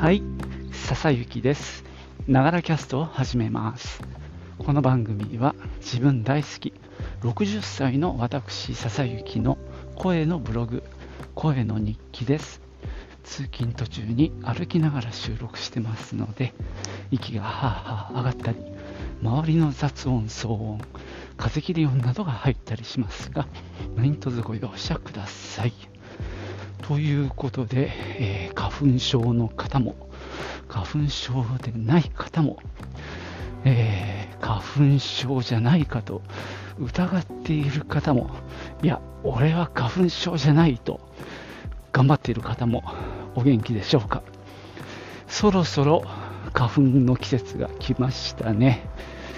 はい、笹雪です。ながらキャストを始めます。この番組は自分大好き60歳の私笹雪の声のブログ、声の日記です。通勤途中に歩きながら収録してますので、息がはぁはぁ上がったり、周りの雑音、騒音、風切り音などが入ったりしますが、何卒ご容赦ください。ということで、花粉症の方も花粉症でない方も、花粉症じゃないかと疑っている方も、いや俺は花粉症じゃないと頑張っている方もお元気でしょうか。そろそろ花粉の季節が来ましたね。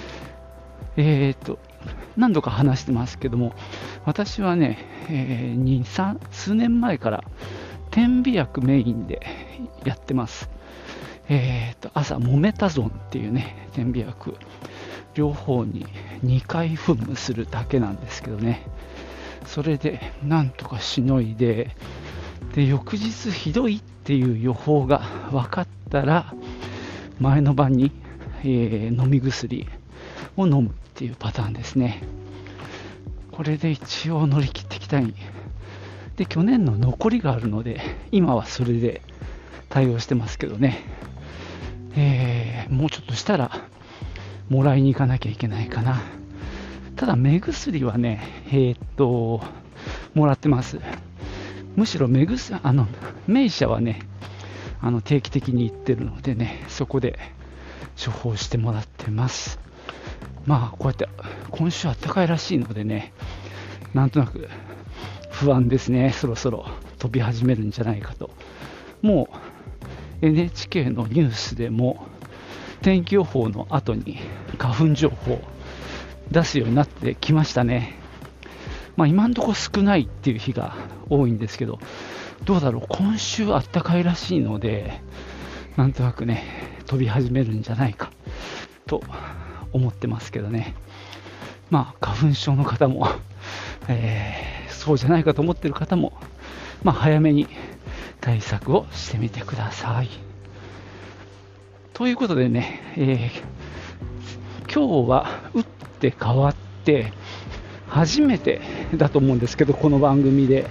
何度か話してますけども、私はね、数年前から点鼻薬メインでやってます。朝モメタゾンっていうね、点鼻薬両方に2回噴霧するだけなんですけどね、それでなんとかしのいで、翌日ひどいっていう予報が分かったら前の晩に、飲み薬を飲むっていうパターンですね。これで一応乗り切っていきたい。で、去年の残りがあるので今はそれで対応してますけどね、もうちょっとしたらもらいに行かなきゃいけないかな。ただ目薬はね、もらってます。むしろ目薬、名医者はね、定期的に行ってるのでね、そこで処方してもらってます。まあこうやって今週あったかいらしいのでね、なんとなく不安ですね。そろそろ飛び始めるんじゃないかと。もう NHK のニュースでも天気予報の後に花粉情報出すようになってきましたね。まあ今のところ少ないっていう日が多いんですけど、どうだろう、今週あったかいらしいので、なんとなくね飛び始めるんじゃないかと思ってますけどね。まあ花粉症の方も、そうじゃないかと思ってる方も、まあ早めに対策をしてみてください。ということでね、今日は打って変わって初めてだと思うんですけど、この番組で、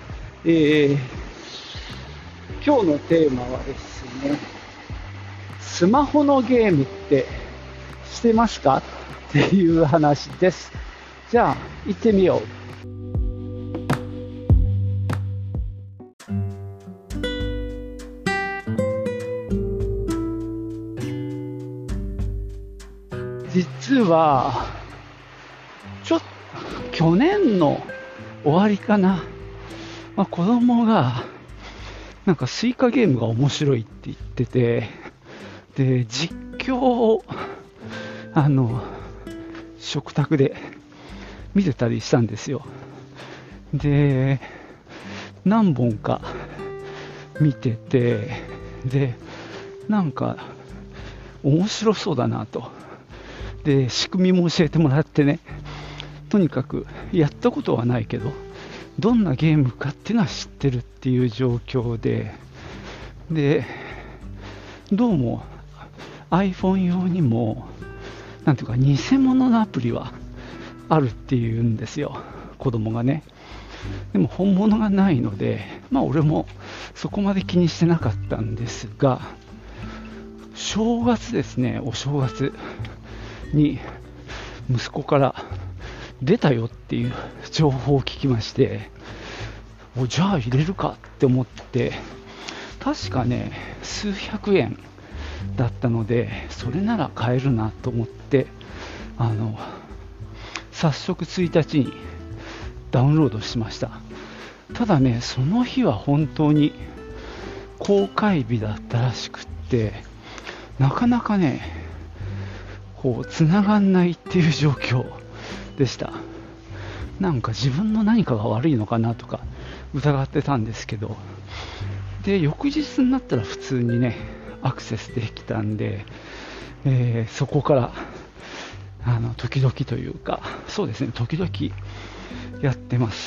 今日のテーマはですね、スマホのゲームってしてますかっていう話です。じゃあ行ってみよう。実は去年の終わりかな、子供がなんかスイカゲームが面白いって言ってて、で実況を食卓で見てたりしたんですよ。で何本か見てて、でなんか面白そうだなと。で仕組みも教えてもらってね、とにかくやったことはないけどどんなゲームかっていうのは知ってるっていう状況で、どうも iPhone 用にもなんていうか偽物のアプリはあるっていうんですよ、子供がね。でも本物がないので、まあ俺もそこまで気にしてなかったんですが、正月ですね、お正月に息子から出たよっていう情報を聞きまして、じゃあ入れるかって思って、確かね数百円だったのでそれなら買えるなと思って、早速1日にダウンロードしました。ただね、その日は本当に公開日だったらしくって、なかなかねこう繋がんないっていう状況でした。なんか自分の何かが悪いのかなとか疑ってたんですけど、で翌日になったら普通にねアクセスできたんで、そこから時々というか、そうですね、時々やってます。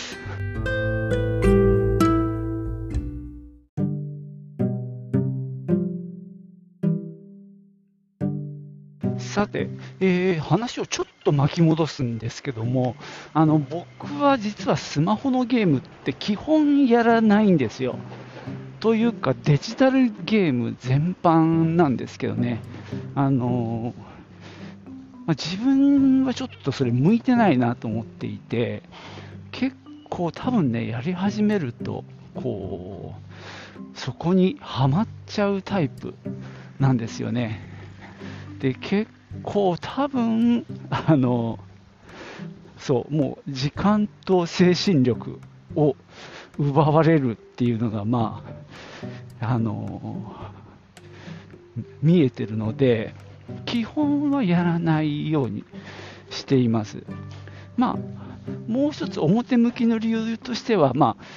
さて、話をちょっと巻き戻すんですけども、僕は実はスマホのゲームって基本やらないんですよ。というか、デジタルゲーム全般なんですけどね。自分はちょっとそれ向いてないなと思っていて、結構多分ね、やり始めると、そこにはまっちゃうタイプなんですよね。で、結構多分、もう時間と精神力を奪われるっていうのが、見えてるので、基本はやらないようにしています。もう一つ表向きの理由としては、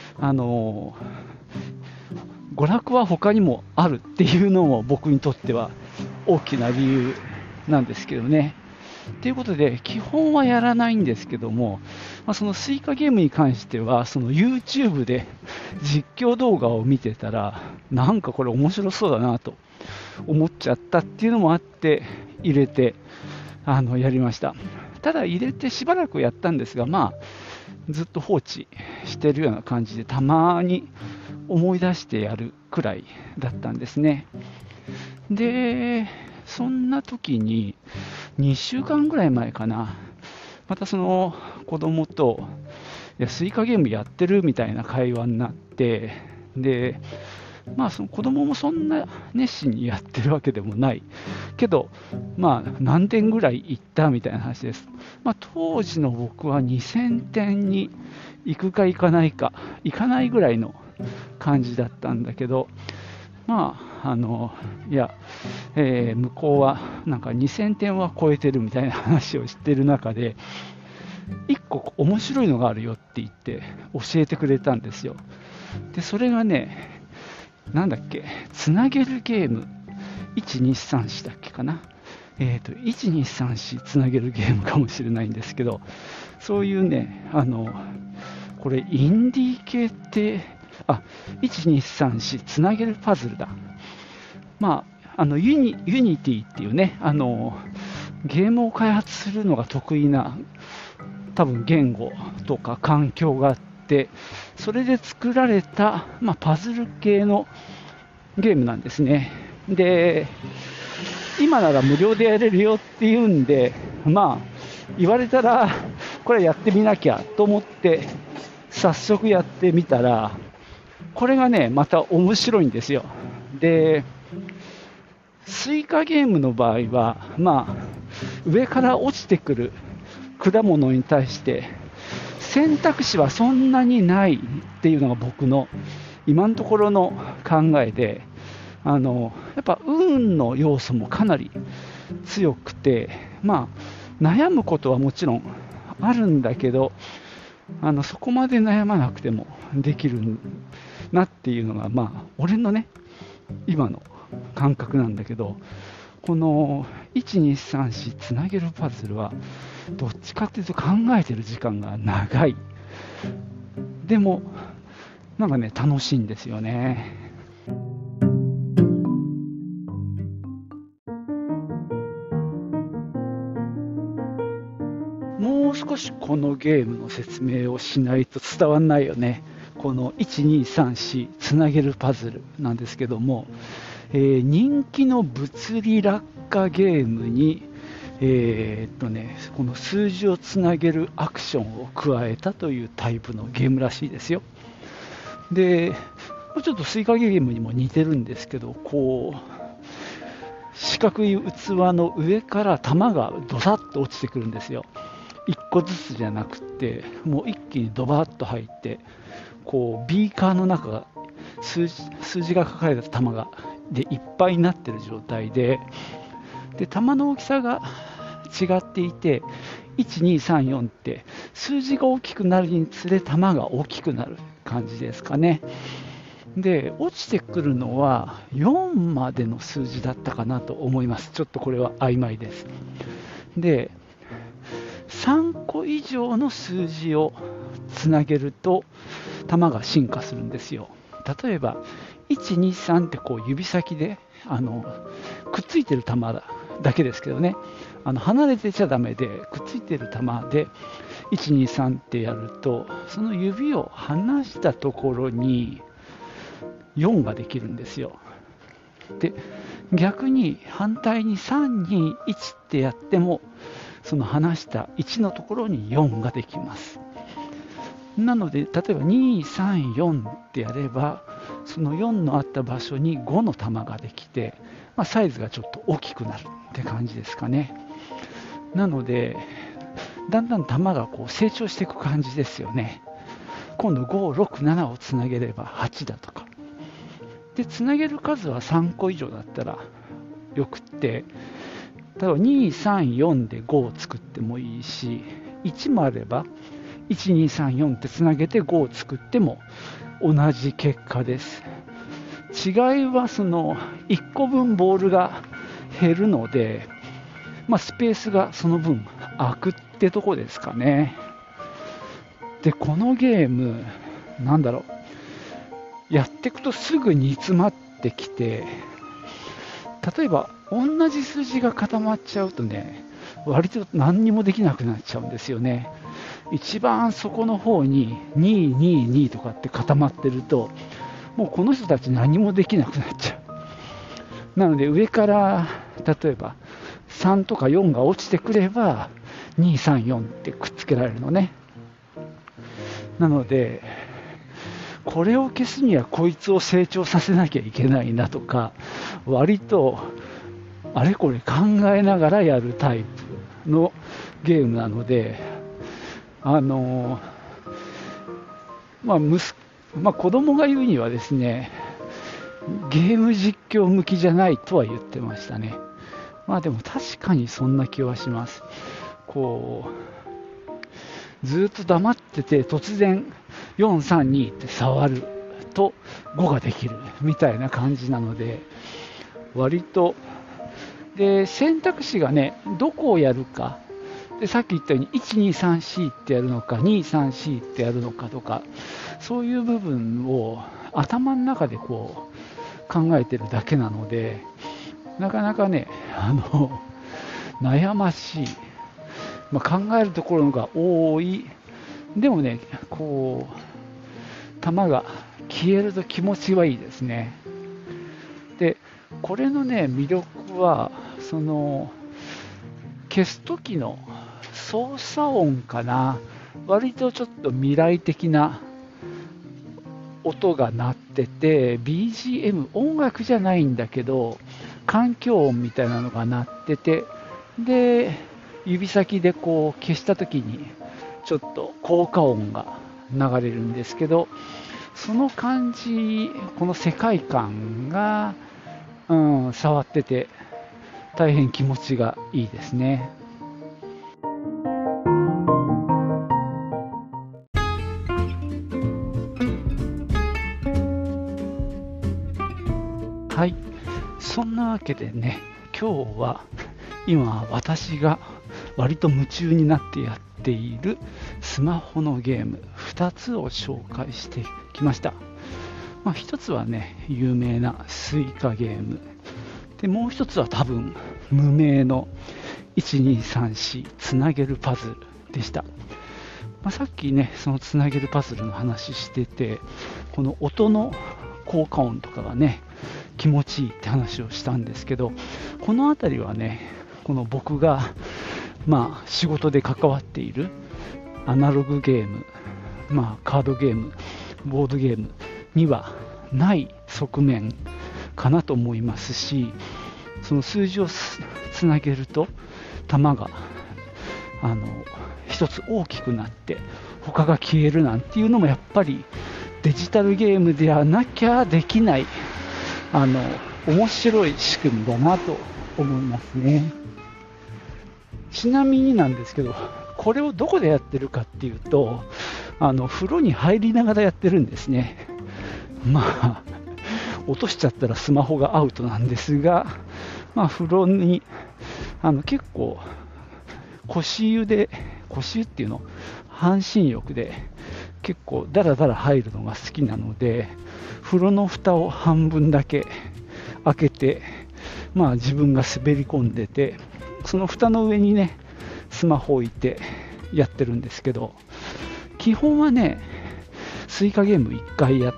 娯楽は他にもあるっていうのも僕にとっては大きな理由なんですけどね。ということで、基本はやらないんですけども、そのスイカゲームに関しては、その YouTube で実況動画を見てたら、なんかこれ面白そうだなと思っちゃったっていうのもあって、入れてやりました。ただ入れてしばらくやったんですが、ずっと放置してるような感じで、たまに思い出してやるくらいだったんですね。で、そんな時に2週間ぐらい前かな、またその子供とスイカゲームやってるみたいな会話になって、で、その子供もそんな熱心にやってるわけでもないけど、何点ぐらい行ったみたいな話です。当時の僕は2000点に行くか行かないか、行かないぐらいの感じだったんだけど、向こうはなんか2000点は超えてるみたいな話をしてる中で、1個面白いのがあるよって言って教えてくれたんですよ。で、それがね、なんだっけ、つなげるゲーム、1234だっけかな。1234つなげるゲームかもしれないんですけど、そういうね、これインディー系って、1234つなげるパズルだ。ユニティっていうね、ゲームを開発するのが得意な、多分言語とか環境があって、それで作られた、パズル系のゲームなんですね。で、今なら無料でやれるよっていうんで、言われたら、これやってみなきゃと思って、早速やってみたら、これがね、また面白いんですよ。で、スイカゲームの場合は、上から落ちてくる果物に対して、選択肢はそんなにないっていうのが僕の今のところの考えで、やっぱ運の要素もかなり強くて、悩むことはもちろんあるんだけど、そこまで悩まなくてもできるなっていうのが、俺のね、今の感覚なんだけど、この1234つなげるパズルはどっちかっていうと考えてる時間が長い。でもなんかね、楽しいんですよね。もう少しこのゲームの説明をしないと伝わんないよね。この1234つなげるパズルなんですけども、人気の物理落下ゲームに、この数字をつなげるアクションを加えたというタイプのゲームらしいですよ。で、ちょっとスイカゲームにも似てるんですけど、四角い器の上から玉がドサッと落ちてくるんですよ。1個ずつじゃなくて、もう一気にドバッと入って、ビーカーの中が数字が書かれた玉がでいっぱいになっている状態で、玉の大きさが違っていて、1234って数字が大きくなるにつれ玉が大きくなる感じですかね。で、落ちてくるのは4までの数字だったかなと思います。ちょっとこれは曖昧です。で、3個以上の数字をつなげると玉が進化するんですよ。例えば123って指先でくっついてる玉だけですけどね、離れてちゃダメで、くっついてる球で123ってやると、その指を離したところに4ができるんですよ。で、逆に反対に3、2、1ってやっても、その離した1のところに4ができます。なので、例えば2、3、4ってやれば、その4のあった場所に5の球ができて、サイズがちょっと大きくなるって感じですかね。なので、だんだん球がこう成長していく感じですよね。今度5、6、7をつなげれば8だとか。で、つなげる数は3個以上だったらよくって、例えば2、3、4で5を作ってもいいし、1もあれば、1、2、3、4ってつなげて5を作っても同じ結果です。違いはその1個分ボールが減るので、スペースがその分空くってとこですかね。で、このゲーム、やっていくとすぐ煮詰まってきて、例えば同じ数字が固まっちゃうとね、割と何にもできなくなっちゃうんですよね。一番底の方に2、2、2とかって固まってると、もうこの人たち何もできなくなっちゃう。なので上から例えば3とか4が落ちてくれば2、3、4ってくっつけられるのね。なのでこれを消すにはこいつを成長させなきゃいけないなとか、割とあれこれ考えながらやるタイプのゲームなので、子供が言うにはですね、ゲーム実況向きじゃないとは言ってましたね。でも確かにそんな気はします。こうずっと黙ってて突然4、3、2って触ると5ができるみたいな感じなので、割とで選択肢がね、どこをやるかで、さっき言ったように 1,2,3,4 ってやるのか 2,3,4 ってやるのかとか、そういう部分を頭の中でこう考えてるだけなので、なかなかね、悩ましい、考えるところが多い。でもね、こう球が消えると気持ちはいいですね。で、これのね魅力は、その消す時の操作音かな。割とちょっと未来的な音が鳴ってて、 BGM 音楽じゃないんだけど環境音みたいなのが鳴ってて、で指先でこう消した時にちょっと効果音が流れるんですけど、その感じ、この世界観が、触ってて大変気持ちがいいですね。はい、そんなわけでね、今日は今私が割と夢中になってやっているスマホのゲーム2つを紹介してきました。1つはね、有名なスイカゲームで、もう1つは多分無名の1234つなげるパズルでした。さっきね、そのつなげるパズルの話してて、この音の効果音とかがね気持ちいいって話をしたんですけど、この辺りはね、この僕が仕事で関わっているアナログゲーム、カードゲーム、ボードゲームにはない側面かなと思いますし、その数字をつなげると弾が一つ大きくなって他が消えるなんていうのも、やっぱりデジタルゲームではなきゃできない面白い仕組みだなと思いますね。ちなみになんですけど、これをどこでやってるかっていうと、風呂に入りながらやってるんですね。落としちゃったらスマホがアウトなんですが、風呂に結構腰湯っていうの、半身浴で結構ダラダラ入るのが好きなので、風呂の蓋を半分だけ開けて自分が滑り込んでて、その蓋の上にねスマホを置いてやってるんですけど、基本はねスイカゲーム1回やって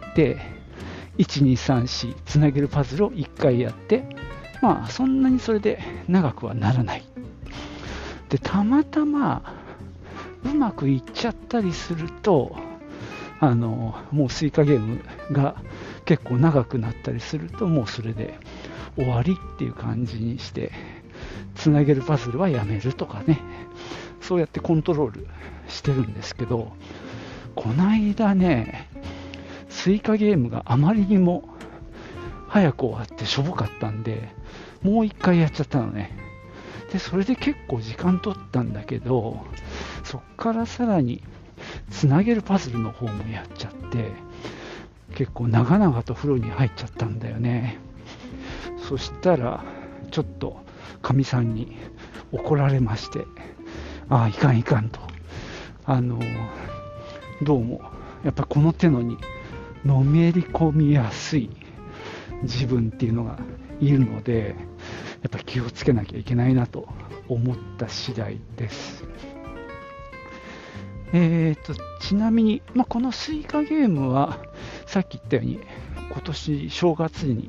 、1234つなげるパズルを1回やって、そんなにそれで長くはならない。でたまたまうまくいっちゃったりすると、もうスイカゲームが結構長くなったりすると、もうそれで終わりっていう感じにして、つなげるパズルはやめるとかね、そうやってコントロールしてるんですけど、こないだねスイカゲームがあまりにも早く終わってしょぼかったんで、もう一回やっちゃったのね。でそれで結構時間取ったんだけど、そっからさらにつなげるパズルの方もやっちゃって、結構長々と風呂に入っちゃったんだよね。そしたらちょっとかみさんに怒られまして、いかんいかんと、どうもやっぱこの手のにのめり込みやすい自分っていうのがいるので、やっぱ気をつけなきゃいけないなと思った次第です。ちなみに、このスイカゲームはさっき言ったように今年正月に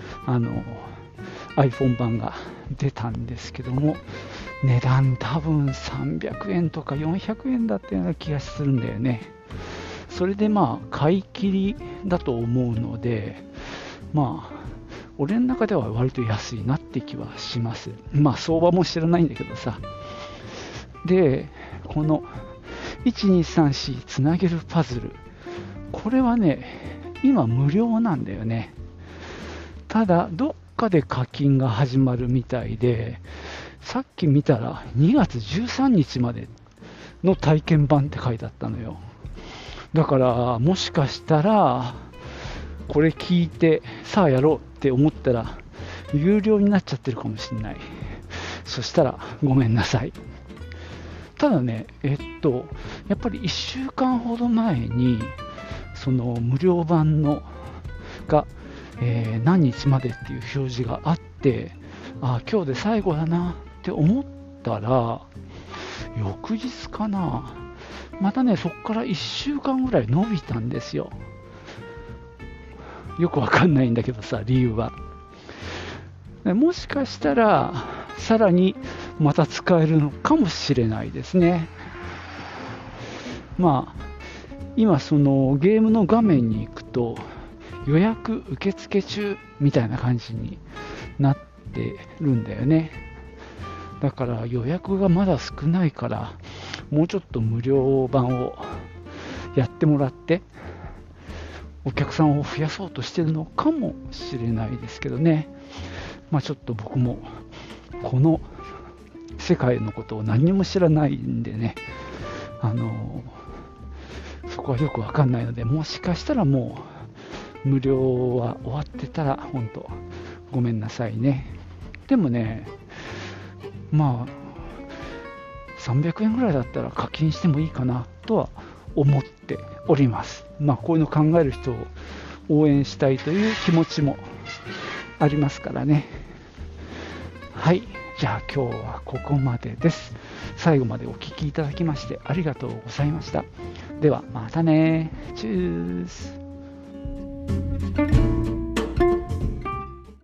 iPhone 版が出たんですけども、値段多分300円とか400円だったような気がするんだよね。それで買い切りだと思うので、俺の中では割と安いなって気はします。相場も知らないんだけどさ。でこの1234つなげるパズル、これはね今無料なんだよね。ただどっかで課金が始まるみたいで、さっき見たら2月13日までの体験版って書いてあったのよ。だからもしかしたらこれ聞いてさあやろうって思ったら有料になっちゃってるかもしれない。そしたらごめんなさい。ただねやっぱり1週間ほど前にその無料版のが、何日までっていう表示があって、今日で最後だなって思ったら、翌日かな、またねそこから1週間ぐらい伸びたんですよ。よくわかんないんだけどさ、理由は。もしかしたらさらにまた使えるのかもしれないですね。今そのゲームの画面に行くと予約受付中みたいな感じになってるんだよね。だから予約がまだ少ないから、もうちょっと無料版をやってもらってお客さんを増やそうとしてるのかもしれないですけどね。ちょっと僕もこの世界のことを何にも知らないんでね、そこはよくわかんないので、もしかしたらもう無料は終わってたら本当ごめんなさいね。でもね300円ぐらいだったら課金してもいいかなとは思っております。こういうの考える人を応援したいという気持ちもありますからね。はい、じゃあ今日はここまでです。最後までお聞きいただきましてありがとうございました。ではまたね。チュース。